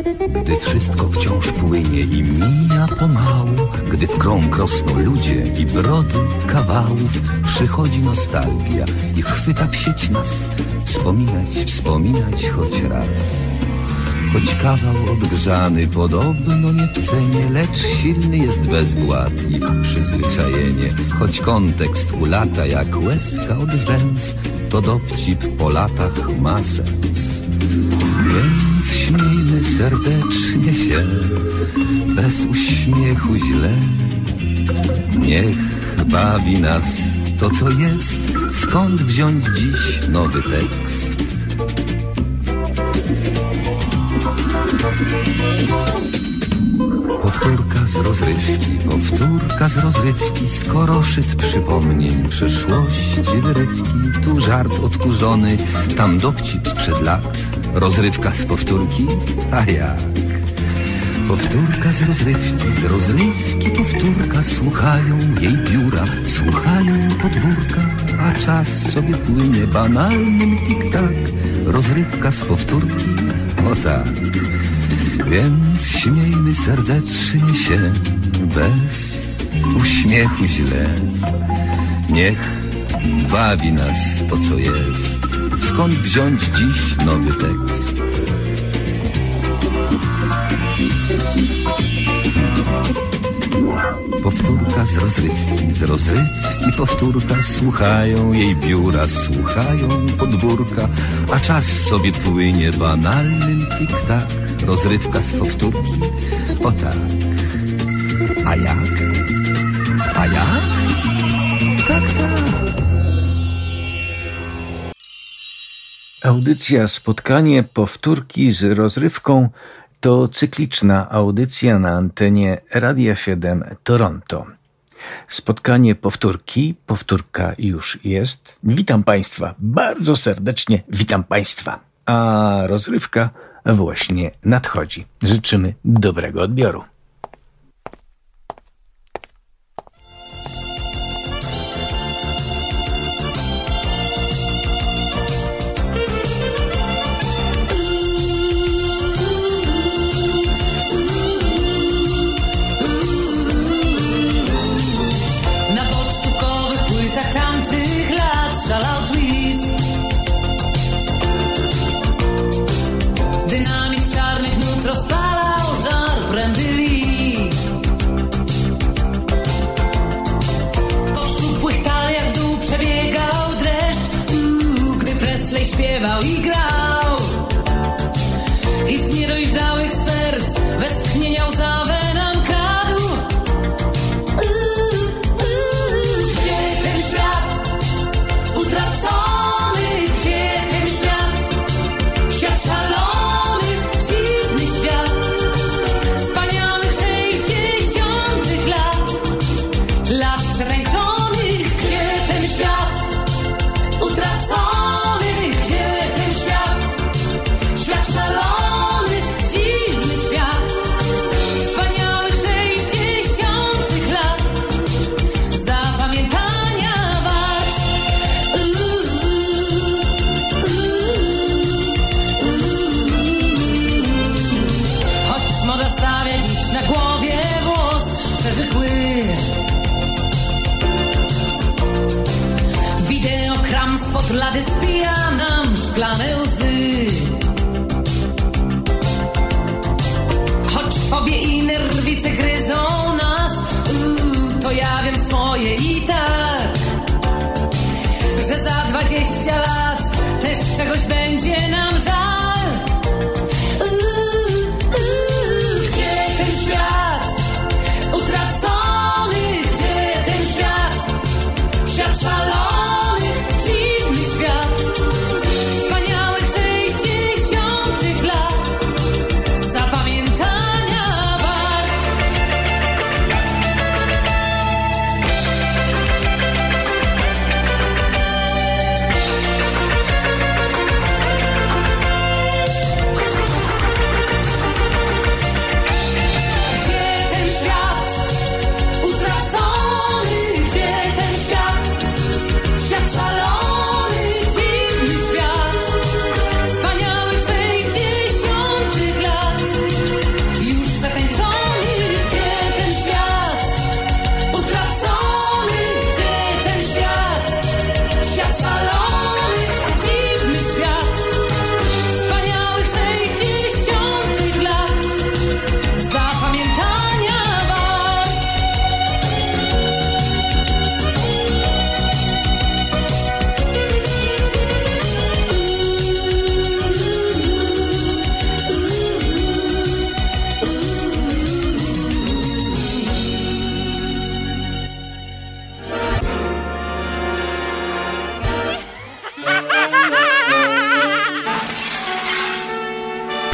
Gdy wszystko wciąż płynie i mija pomału, gdy w krąg rosną ludzie i brody kawałów, przychodzi nostalgia i chwyta psieć nas, wspominać choć raz. Choć kawał odgrzany podobno nie w cenie, lecz silny jest bezwład i przyzwyczajenie. Choć kontekst ulata jak łezka od rzęs, to dowcip po latach ma sens. Więc śmiejmy serdecznie się, bez uśmiechu źle. Niech bawi nas to, co jest, skąd wziąć dziś nowy tekst. Powtórka z rozrywki, skoro szyt przypomnień przeszłości wyrywki. Tu żart odkurzony, tam dowcip sprzed lat, rozrywka z powtórki, a jak? Powtórka z rozrywki, powtórka, słuchają jej biura, słuchają podwórka, a czas sobie płynie banalnym tik-tak, rozrywka z powtórki, o tak. Więc śmiejmy serdecznie się, bez uśmiechu źle. Niech bawi nas to, co jest, skąd wziąć dziś nowy tekst. Powtórka z rozrywki, powtórka, słuchają jej biura, słuchają podwórka, a czas sobie płynie banalnym tik-tak, rozrywka z powtórki, o tak. A jak? A jak? Tak, tak. Audycja Spotkanie powtórki z rozrywką to cykliczna audycja na antenie Radia 7 Toronto. Spotkanie powtórki, powtórka już jest. Witam Państwa, bardzo serdecznie witam Państwa. A rozrywka właśnie nadchodzi. Życzymy dobrego odbioru. Dynamit czarnych nut rozpalał żar prędy li. Po szczupłych taliach w dół przebiegał dreszcz, gdy Presley śpiewał i grał. I z niedojrzałych serc westchnienia łzawe nam kradł. Gdzie ten świat utracony, gdzie ten świat, świat szalony. Spod lady spija nam szklane łzy. Choć fobie i nerwice gryzą nas, to ja wiem swoje i tak, że za 20 lat też czegoś będzie nam żal. Gdzie ten świat utracony, gdzie ten świat, świat szalony.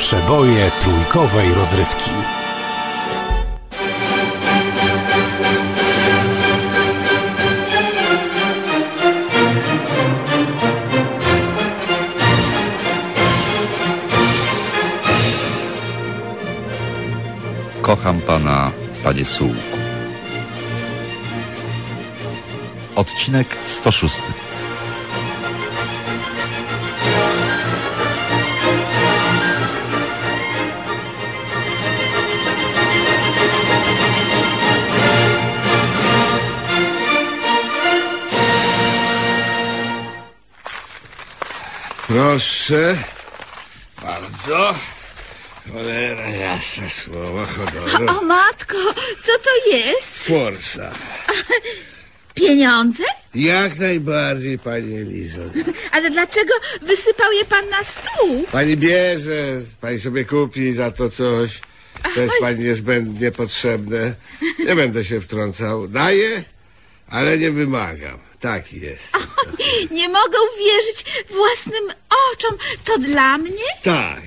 Przeboje trójkowej rozrywki. Kocham pana, panie Sułku. Odcinek 106. Proszę bardzo. Cholera jasna, słowo honoru. O matko, co to jest? Forsa. Pieniądze? Jak najbardziej, pani Elizo. Ale dlaczego wysypał je pan na stół? Pani bierze, pani sobie kupi za to coś. To jest pani niezbędnie potrzebne. Nie będę się wtrącał. Daję, ale nie wymagam. Taki jest. Nie mogę uwierzyć własnym oczom. To dla mnie? Tak.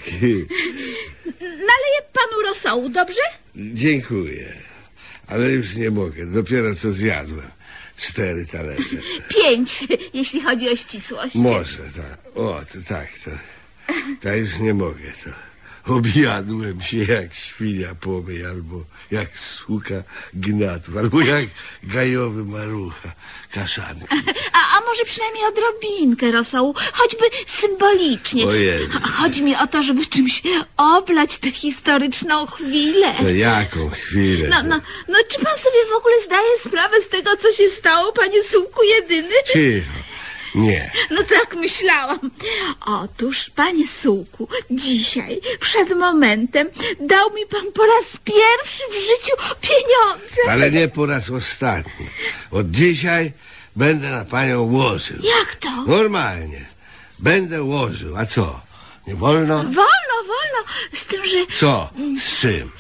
Naleję panu rosołu, dobrze? Dziękuję. Ale już nie mogę. Dopiero co zjadłem. 4 talerze. 5, jeśli chodzi o ścisłość. Może, tak. O, to tak, to już nie mogę, to. Objadłem się jak świnia pomyj, albo jak suka gnatów, albo jak gajowy marucha kaszanki. A może przynajmniej odrobinkę rosołu, choćby symbolicznie. Ojej. Chodzi mi o to, żeby czymś oblać tę historyczną chwilę. To jaką chwilę? No, czy pan sobie w ogóle zdaje sprawę z tego, co się stało, panie Sułku jedyny? Cicho. Nie. No tak myślałam. Otóż, panie Sułku, dzisiaj, przed momentem, dał mi pan po raz pierwszy w życiu pieniądze. Ale nie po raz ostatni. Od dzisiaj będę na panią łożył. Jak to? Normalnie. Będę łożył. A co? Nie wolno? Wolno. Z tym, że... Co? Z czym?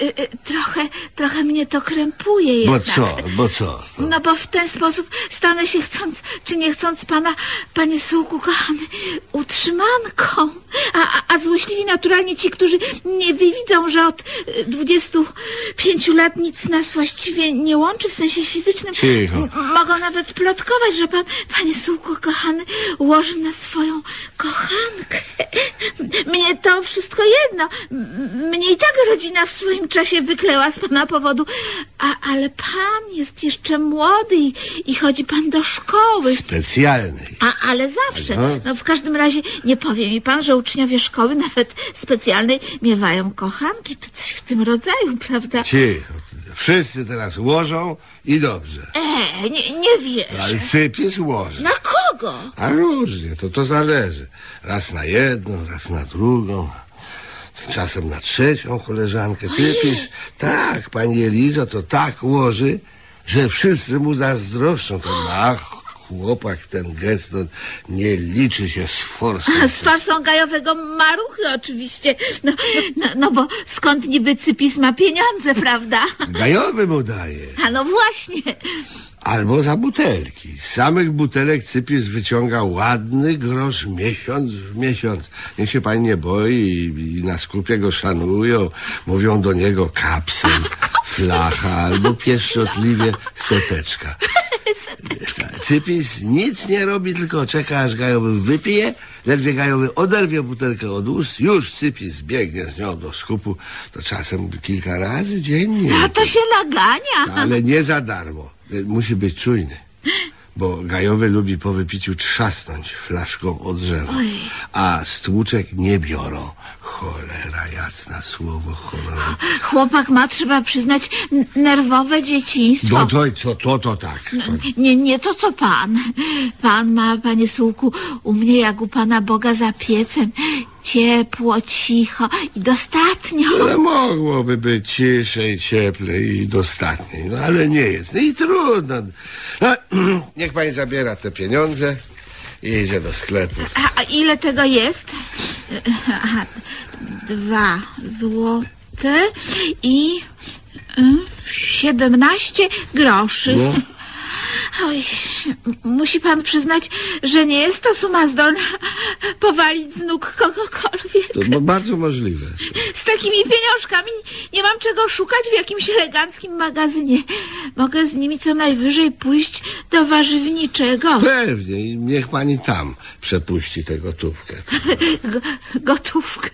Trochę mnie to krępuje jednak. Bo co? No bo w ten sposób stanę się, chcąc czy nie chcąc pana, panie Sułku, kochany, utrzymanką. A złośliwi naturalnie ci, którzy nie widzą, że od 25 lat nic nas właściwie nie łączy w sensie fizycznym. Cicho. Mogą nawet plotkować, że pan, panie Sułku, kochany, łoży na swoją kochankę. Mnie to wszystko jedno. Mnie i tak rodzina w swoim czasie wykleła z pana powodu. Ale pan jest jeszcze młody i chodzi pan do szkoły. Specjalnej. Ale zawsze. No w każdym razie nie powie mi pan, że uczniowie szkoły, nawet specjalnej, miewają kochanki, czy coś w tym rodzaju, prawda? Cicho. Wszyscy teraz łożą i dobrze. Nie wierzę. Ale Cypis łoży. Na kogo? A różnie, to zależy. Raz na jedną, raz na drugą. Czasem na trzecią koleżankę. Cypis, tak, pani Elizo, to tak łoży, że wszyscy mu zazdroszczą. To chłopak, ten gest, no, nie liczy się z forsą. Z farsą gajowego maruchy oczywiście. No bo skąd niby Cypis ma pieniądze, prawda? Gajowy mu daje. A no właśnie. Albo za butelki. Z samych butelek Cypis wyciąga ładny grosz miesiąc w miesiąc. Niech się pani nie boi i na skupie go szanują. Mówią do niego kapsel, flacha albo pieszczotliwie seteczka. Cypis nic nie robi, tylko czeka, aż gajowy wypije. Ledwie gajowy oderwie butelkę od ust, już Cypis biegnie z nią do skupu. To czasem kilka razy dziennie. A to się nagania. Ale nie za darmo. Musi być czujny. Bo gajowy lubi po wypiciu trzasnąć flaszką o drzewo. A stłuczek nie biorą. Cholera jasna, słowo honoru. Chłopak ma, trzeba przyznać, nerwowe dzieciństwo. To tak. Nie to, co pan. Pan ma, panie Sułku, u mnie jak u Pana Boga za piecem. Ciepło, cicho i dostatnio. Ale mogłoby być ciszej, cieplej i dostatniej. No ale nie jest. No i trudno. No, niech pani zabiera te pieniądze i idzie do sklepu. A ile tego jest? 2 złote i 17 groszy. No. Oj, musi pan przyznać, że nie jest to suma zdolna powalić z nóg kogokolwiek. To bardzo możliwe. Z takimi pieniążkami nie mam czego szukać w jakimś eleganckim magazynie. Mogę z nimi co najwyżej pójść do warzywniczego. Pewnie i niech pani tam przepuści tę gotówkę. Gotówkę.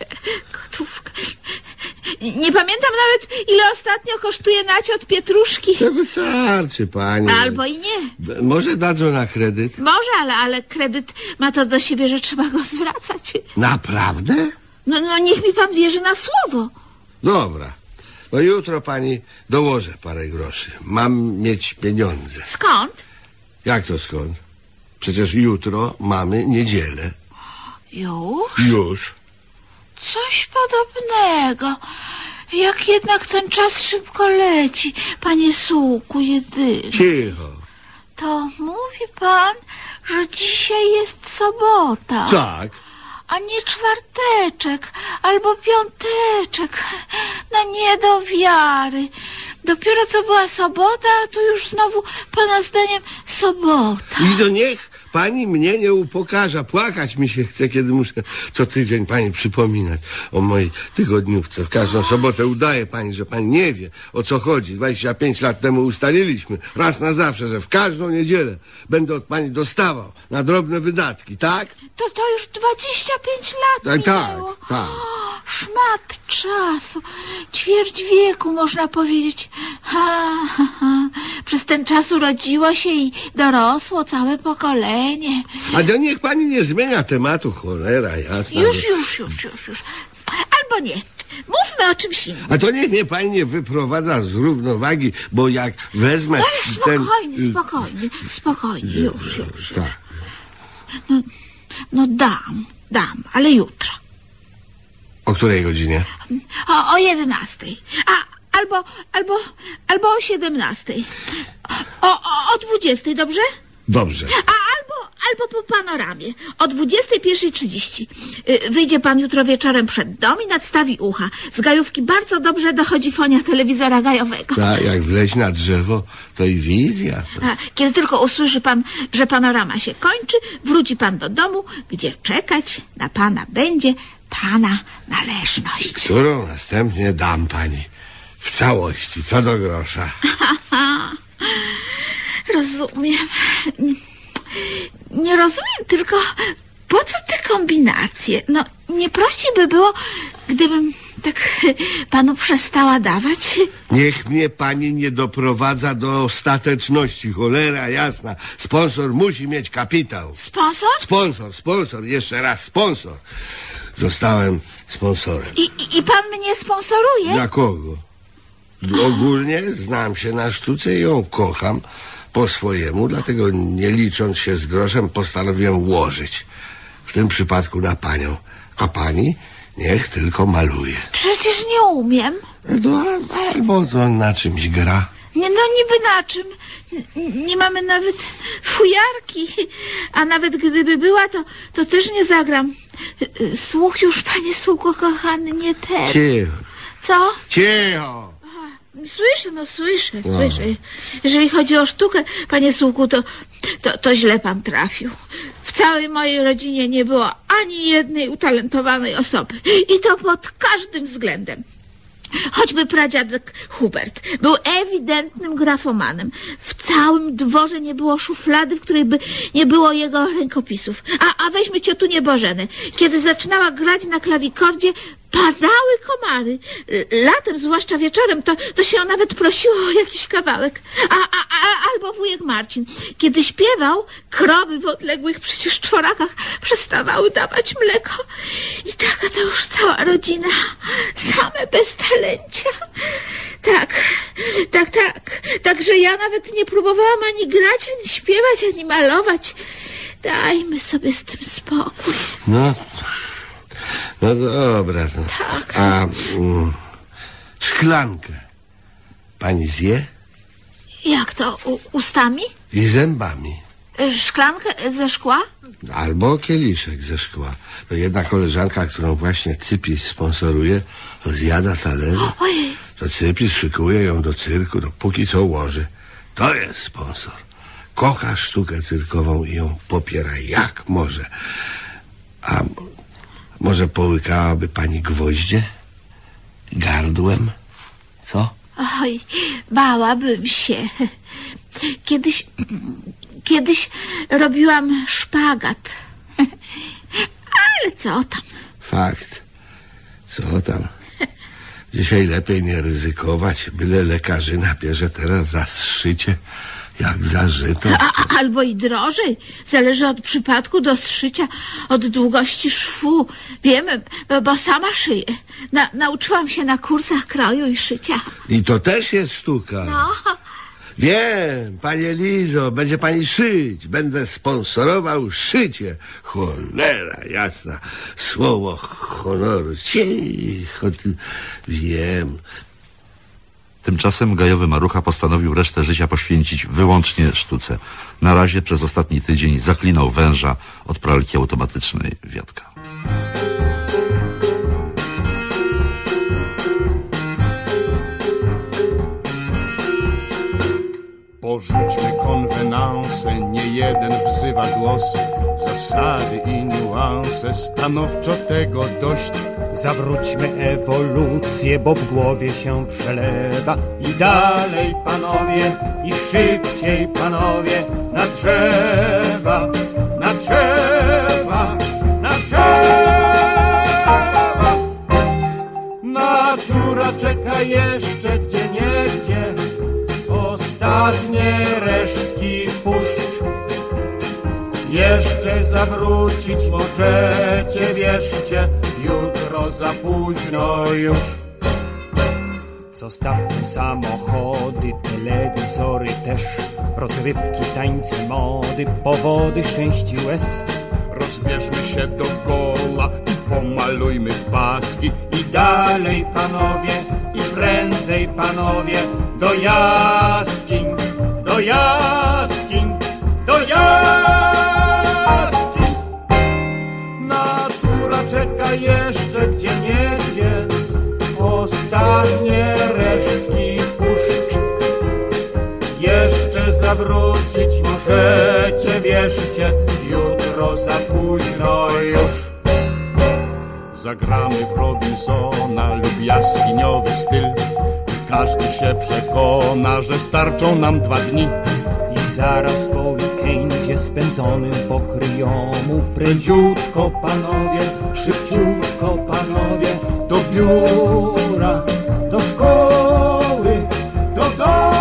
Nie pamiętam nawet, ile ostatnio kosztuje naciot pietruszki. To wystarczy pani. Albo i nie. Może dadzą na kredyt? Może, ale kredyt ma to do siebie, że trzeba go zwracać. Naprawdę? No niech mi pan wierzy na słowo. Dobra. No jutro pani dołożę parę groszy. Mam mieć pieniądze. Skąd? Jak to skąd? Przecież jutro mamy niedzielę. Już? Już. Coś podobnego. Jak jednak ten czas szybko leci, panie Sułku jedyny. Cicho. To mówi pan, że dzisiaj jest sobota. Tak. A nie czwarteczek albo piąteczek. No nie do wiary. Dopiero co była sobota, a tu już znowu pana zdaniem sobota. I to niech pani mnie nie upokarza. Płakać mi się chce, kiedy muszę co tydzień pani przypominać o mojej tygodniówce. W każdą sobotę udaje pani, że pani nie wie, o co chodzi. 25 lat temu ustaliliśmy raz na zawsze, że w każdą niedzielę będę od pani dostawał na drobne wydatki, tak? To już 25 lat minęło. Tak. O, szmat czasu. Ćwierć wieku, można powiedzieć. Przez ten czas urodziło się i dorosło całe pokolenie. A to niech pani nie zmienia tematu, cholera jasna. Już. Albo nie. Mówmy o czymś innym. A to niech mnie pani nie wyprowadza z równowagi, bo jak wezmę... No już spokojnie, już. Tak. No dam, ale jutro. O której godzinie? O 11. Albo o 17. O 20, dobrze? Dobrze. Albo po panoramie. O 21:30. Wyjdzie pan jutro wieczorem przed dom i nadstawi ucha. Z gajówki bardzo dobrze dochodzi fonia telewizora gajowego. Tak, jak wleźć na drzewo, to i wizja. Kiedy tylko usłyszy pan, że panorama się kończy, wróci pan do domu, gdzie czekać na pana będzie pana należność. Którą następnie dam pani w całości, co do grosza. Rozumiem. Nie rozumiem tylko, po co te kombinacje? No, nie prościej by było, gdybym tak panu przestała dawać. Niech mnie pani nie doprowadza do ostateczności, cholera jasna. Sponsor musi mieć kapitał. Sponsor? Sponsor, jeszcze raz sponsor. Zostałem sponsorem. I pan mnie sponsoruje? Dla kogo? Ogólnie znam się na sztuce i ją kocham po swojemu, dlatego nie licząc się z groszem postanowiłem łożyć. W tym przypadku na panią. A pani niech tylko maluje. Przecież nie umiem. No, albo to na czymś gra. No niby na czym? Nie mamy nawet fujarki. A nawet gdyby była, to też nie zagram. Słuch już, panie Sułku kochany, nie ten. Cicho. Co? Cicho! Słyszę. Jeżeli chodzi o sztukę, panie Sułku, to źle pan trafił. W całej mojej rodzinie nie było ani jednej utalentowanej osoby. I to pod każdym względem. Choćby pradziadek Hubert był ewidentnym grafomanem. W całym dworze nie było szuflady, w której by nie było jego rękopisów. A weźmy ciotunię Bożenę. Kiedy zaczynała grać na klawikordzie, padały komary. Latem, zwłaszcza wieczorem, to się nawet prosiło o jakiś kawałek. Albo wujek Marcin. Kiedy śpiewał, krowy w odległych przecież czworakach przestawały dawać mleko. I taka to już cała rodzina. Same beztalencia. Tak. Także ja nawet nie próbowałam ani grać, ani śpiewać, ani malować. Dajmy sobie z tym spokój. No dobra. Tak. A szklankę pani zje? Jak to? Ustami? I zębami. Szklankę ze szkła? Albo kieliszek ze szkła. To jedna koleżanka, którą właśnie Cypis sponsoruje, to zjada talerze. Ojej. To Cypis szykuje ją do cyrku, dopóki co łoży. To jest sponsor. kocha sztukę cyrkową i ją popiera jak może. A może połykałaby pani gwoździe? Gardłem? Co? Oj, bałabym się. Kiedyś robiłam szpagat. Ale co tam? Fakt. Co tam? Dzisiaj lepiej nie ryzykować, byle lekarzyna bierze teraz za zszycie, jak za żyto. Albo i drożej. Zależy od przypadku do zszycia, od długości szwu. Wiem, bo sama szyję. Nauczyłam się na kursach kroju i szycia. I to też jest sztuka. No. Wiem, panie Lizo, będzie pani szyć. Będę sponsorował szycie. Cholera jasna. Słowo honoru. Cicho, ty. Wiem. Tymczasem gajowy Marucha postanowił resztę życia poświęcić wyłącznie sztuce. Na razie przez ostatni tydzień zaklinał węża od pralki automatycznej Wiatka. Porzućmy konwenanse, nie jeden wzywa głos. Zasady i niuanse, stanowczo tego dość. Zawróćmy ewolucję, bo w głowie się przelewa. I dalej, panowie, i szybciej, panowie, na drzewa, na drzewa, na drzewa. Natura czeka jeszcze gdzieniegdzie, ostatnie resztki puszcz. Jeszcze zawrócić możecie, wierzcie, jutro za późno już. Zostawmy samochody, telewizory też, rozrywki, tańce, mody, powody szczęści łez. Rozbierzmy się do goła i pomalujmy w paski. I dalej, panowie, i prędzej, panowie, do jaskiń, do jaskiń, do jaskiń. Natura czeka jeszcze gdzieniegdzie, ostatnie resztki puszcz. Jeszcze zawrócić możecie, wierzcie, jutro za późno już. Zagramy w Robinsona lub jaskiniowy styl i każdy się przekona, że starczą nam 2 dni. I zaraz po weekendzie spędzonym po kryjomu, prędziutko panowie, szybciutko panowie, do biura, do szkoły, do domu.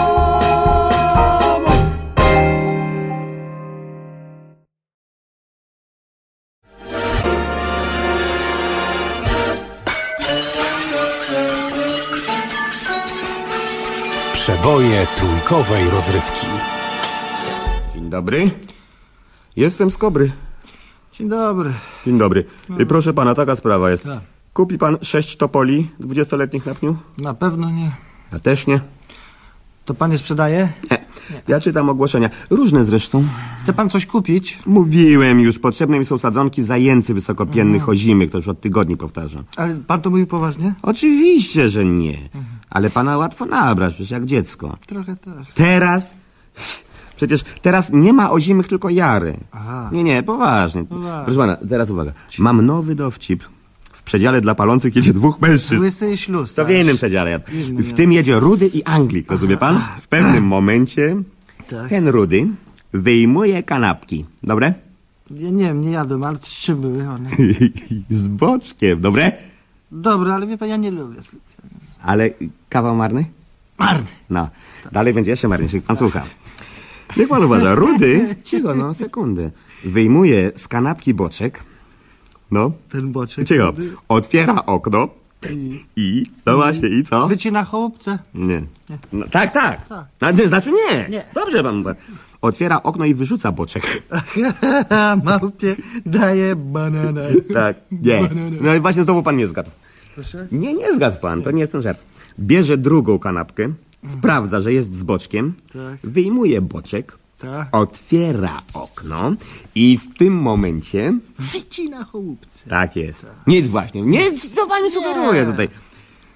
Przeboje trójkowej rozrywki. Dzień dobry. Jestem z Kobry. Dzień dobry. Dzień dobry. Proszę pana, taka sprawa jest. Kupi pan 6 topoli 20-letnich na pniu? Na pewno nie. Ja też nie. To pan je sprzedaje? Nie. Ja czytam ogłoszenia. Różne zresztą. Chce pan coś kupić? Mówiłem już. Potrzebne mi są sadzonki zajęcy wysokopiennych ozimych. To już od tygodni powtarzam. Ale pan to mówi poważnie? Oczywiście, że nie. Ale pana łatwo nabrać, przecież jak dziecko. Trochę tak. Teraz? Przecież teraz nie ma ozimych, tylko jary. Aha. Nie, poważnie. Proszę pana, teraz uwaga. Mam nowy dowcip. W przedziale dla palących jedzie 2 mężczyzn. Łysy i śluz. To w innym przedziale. W tym jedzie Rudy i Anglik, rozumie pan? W pewnym momencie ten Rudy wyjmuje kanapki. Dobre? Ja nie wiem, nie jadłem, ale z czym były one? Z boczkiem, dobre? Dobre, ale wie pan, ja nie lubię. Ale kawał marny? Marny. No, dalej będzie jeszcze marniejszy. Pan słucha. Niech pan uważa, Rudy, cicho, no, sekundę. Wyjmuje z kanapki boczek. No. Ten boczek. Cicho. Otwiera okno. I? No właśnie, i co? Wycina chałupce? Nie. No, tak. Znaczy nie. Dobrze pan mówi. Otwiera okno i wyrzuca boczek. Małpie daje banana. Tak, nie. Banana. No i właśnie znowu pan nie zgadł. Proszę? Nie zgadł pan, to nie jest ten żart. Bierze drugą kanapkę, sprawdza, że jest z boczkiem, Tak. wyjmuje boczek, Tak. otwiera okno i w tym momencie... Wycina chałupce. Tak jest. Nic właśnie, nic, co pan mi sugeruje tutaj.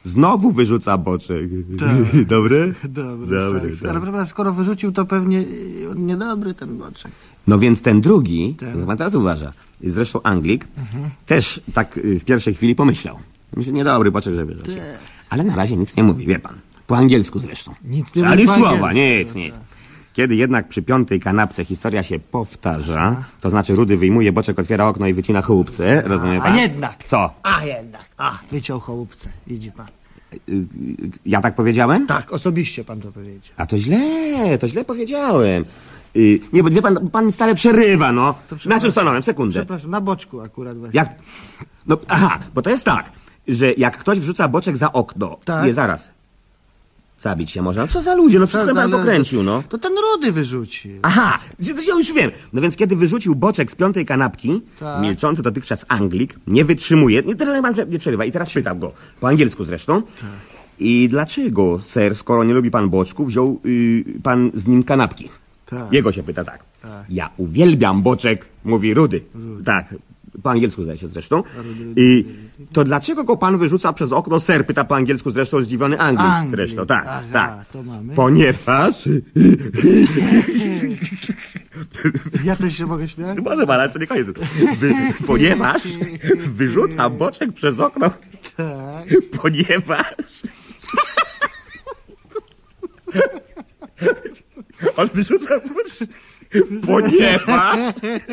znowu wyrzuca boczek. Dobre? Dobry. Tak. Ale proszę pana, skoro wyrzucił, to pewnie niedobry ten boczek. No więc ten drugi, jak pan teraz uważa, zresztą Anglik, też tak w pierwszej chwili pomyślał. Myślę, niedobry boczek, że wyrzucił. Ale na razie nic nie mówi, wie pan. Po angielsku zresztą. Nic nie ani mówi po słowa, angielsku. nic. Kiedy jednak przy 5. kanapce historia się powtarza, to znaczy Rudy wyjmuje boczek, otwiera okno i wycina chałupce, rozumie pan? A jednak. Co? Wyciął chałupce, widzi pan. Ja tak powiedziałem? Tak, osobiście pan to powiedział. A to źle powiedziałem. Nie, bo wie pan stale przerywa, no. Na czym stanąłem? Sekundę. Przepraszam, na boczku akurat właśnie. Jak? No, aha, bo to jest tak, że jak ktoś wrzuca boczek za okno, nie, zaraz. Zabić się można. No co za ludzie, no wszystko pan pokręcił, no. To ten Rudy wyrzucił. Aha, ja już wiem. No więc kiedy wyrzucił boczek z 5. kanapki, milczący dotychczas Anglik nie wytrzymuje. Teraz pan nie przerywa i teraz pytam go. Po angielsku zresztą. I dlaczego, ser, skoro nie lubi pan boczku, wziął pan z nim kanapki? Jego się pyta tak. Ja uwielbiam boczek, mówi Rudy. Tak. Po angielsku zdaje się zresztą. I to dlaczego go pan wyrzuca przez okno, ser? Pyta po angielsku zresztą zdziwiony Anglik zresztą. Tak. To mamy. Ponieważ... Ja też się mogę śmiać? Może pan, ale to nie koniec. Ponieważ wyrzuca boczek przez okno. Tak. Ponieważ... On wyrzuca boczek... Ponieważ...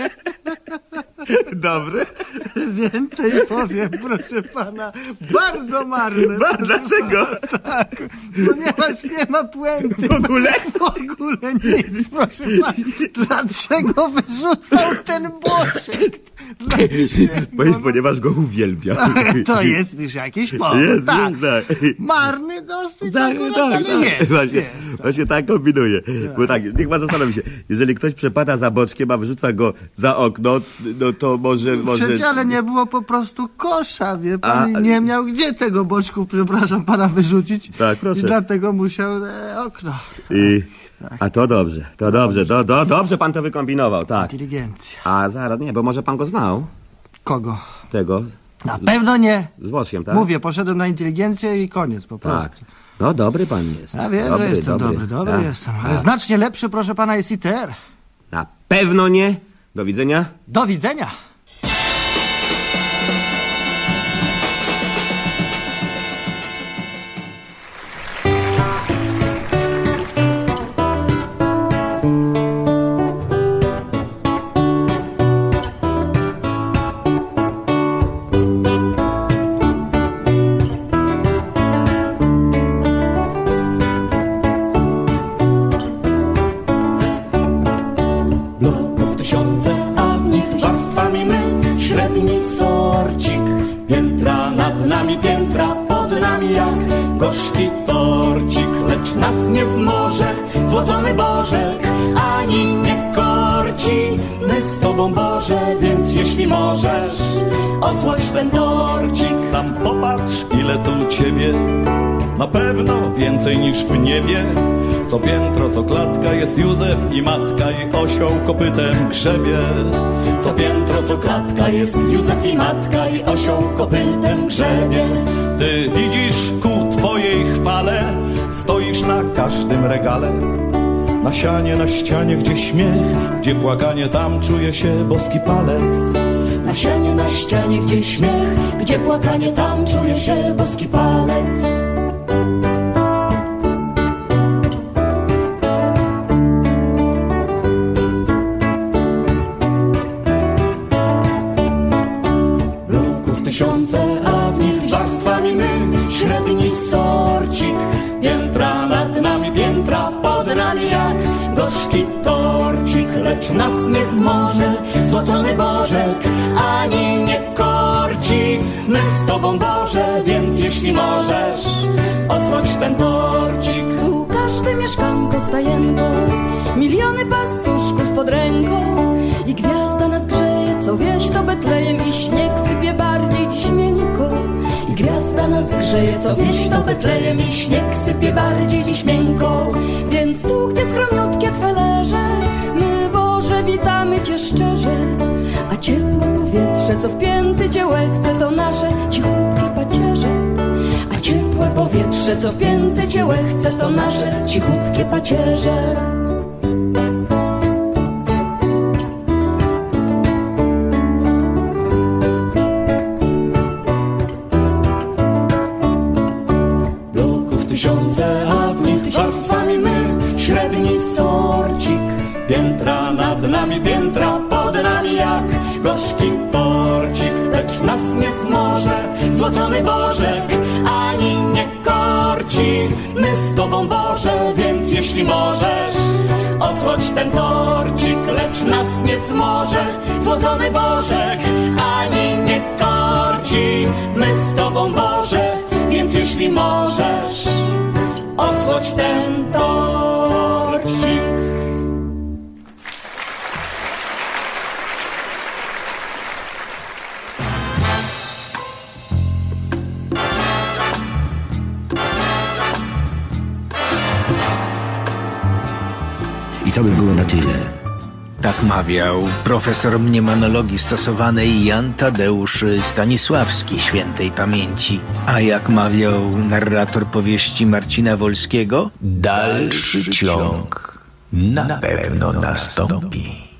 Dobry? Więcej powiem, proszę pana. Bardzo marne. Dlaczego? Tak, ponieważ nie ma puenty. W ogóle? W ogóle nic, proszę pana. Dlaczego wyrzucał ten boczek? Dlaczego? Ponieważ go uwielbia. To jest już jakiś powód. Jest, tak. Tak. Marny dosyć akurat, ale jest. Właśnie tak kombinuje. Bo tak, niech pan zastanowi się. Jeżeli ktoś przepada za boczkiem, a wyrzuca go za okno, no to może... Przecież ale nie było po prostu kosza, wie pan, i nie miał gdzie tego boczku, przepraszam pana, wyrzucić. Tak, proszę. I dlatego musiał okno. A to dobrze, dobrze pan to wykombinował, tak. Inteligencja. A zaraz, nie, bo może pan go znał? Kogo? Tego. Na pewno nie. Z boczkiem, tak? Mówię, poszedłem na inteligencję i koniec po prostu. Tak. No dobry pan jest. Ja wiem, że jestem dobry tak, jestem, ale znacznie lepszy, proszę pana, jest ITR. Na pewno nie. Do widzenia. Do widzenia. Gorzki torcik, lecz nas nie zmoże złocony bożek, ani nie korci. My z tobą, Boże, więc jeśli możesz, osłodź ten torcik. Sam popatrz, ile tu ciebie, na pewno więcej niż w niebie. Co piętro, co klatka jest Józef i matka, i osioł kopytem grzebie. Co piętro, co klatka jest Józef i matka, i osioł kopytem grzebie. Ty widzisz ku twojej chwale, stoisz na każdym regale. Na sianie, na ścianie, gdzie śmiech, gdzie płakanie, tam czuje się boski palec. Na sianie, na ścianie, gdzie śmiech, gdzie płakanie, tam czuje się boski palec. Luków tysiące, a w nich warstwami my, średni sorcik. Piętra nad nami, piętra pod nami, jak gorzki torcik. Lecz nas nie zmoże złocony bożek, ani nie korci. My z tobą, Boże, więc jeśli możesz, osłodź ten torcik. Tu każde mieszkanko stajenko, miliony pastuszków pod ręką, i gwiazda nas grzeje, co wieś to Betlejem, i śnieg sypie bardziej dziś miękko. I gwiazda nas grzeje, co wieś to Betlejem, i śnieg sypie bardziej dziś miękko. Więc tu, gdzie skromniutkie Twe leże, my, Boże, witamy Cię szczerze. A ciepłe powietrze, co wpięty Cię łechce, to nasze cichutkie pacierze. A ciepłe ciepłe powietrze, co wpięte cię łechce, to nasze cichutkie pacierze. Bloków tysiące, a w nich warstwami my, średni sorcik. Piętra nad nami, piętra pod nami, jak gorzki torcik. Lecz nas nie zmoże złocony bożek, ani nie korci. My z tobą, Boże, więc jeśli możesz, osłodź ten torcik. Lecz nas nie zmoże złocony bożek, ani nie korci. My z tobą, Boże, więc jeśli możesz, osłodź ten torcik. I to by było na tyle. Tak mawiał profesor mnemonologii stosowanej Jan Tadeusz Stanisławski świętej pamięci. A jak mawiał narrator powieści Marcina Wolskiego, dalszy ciąg na pewno nastąpi.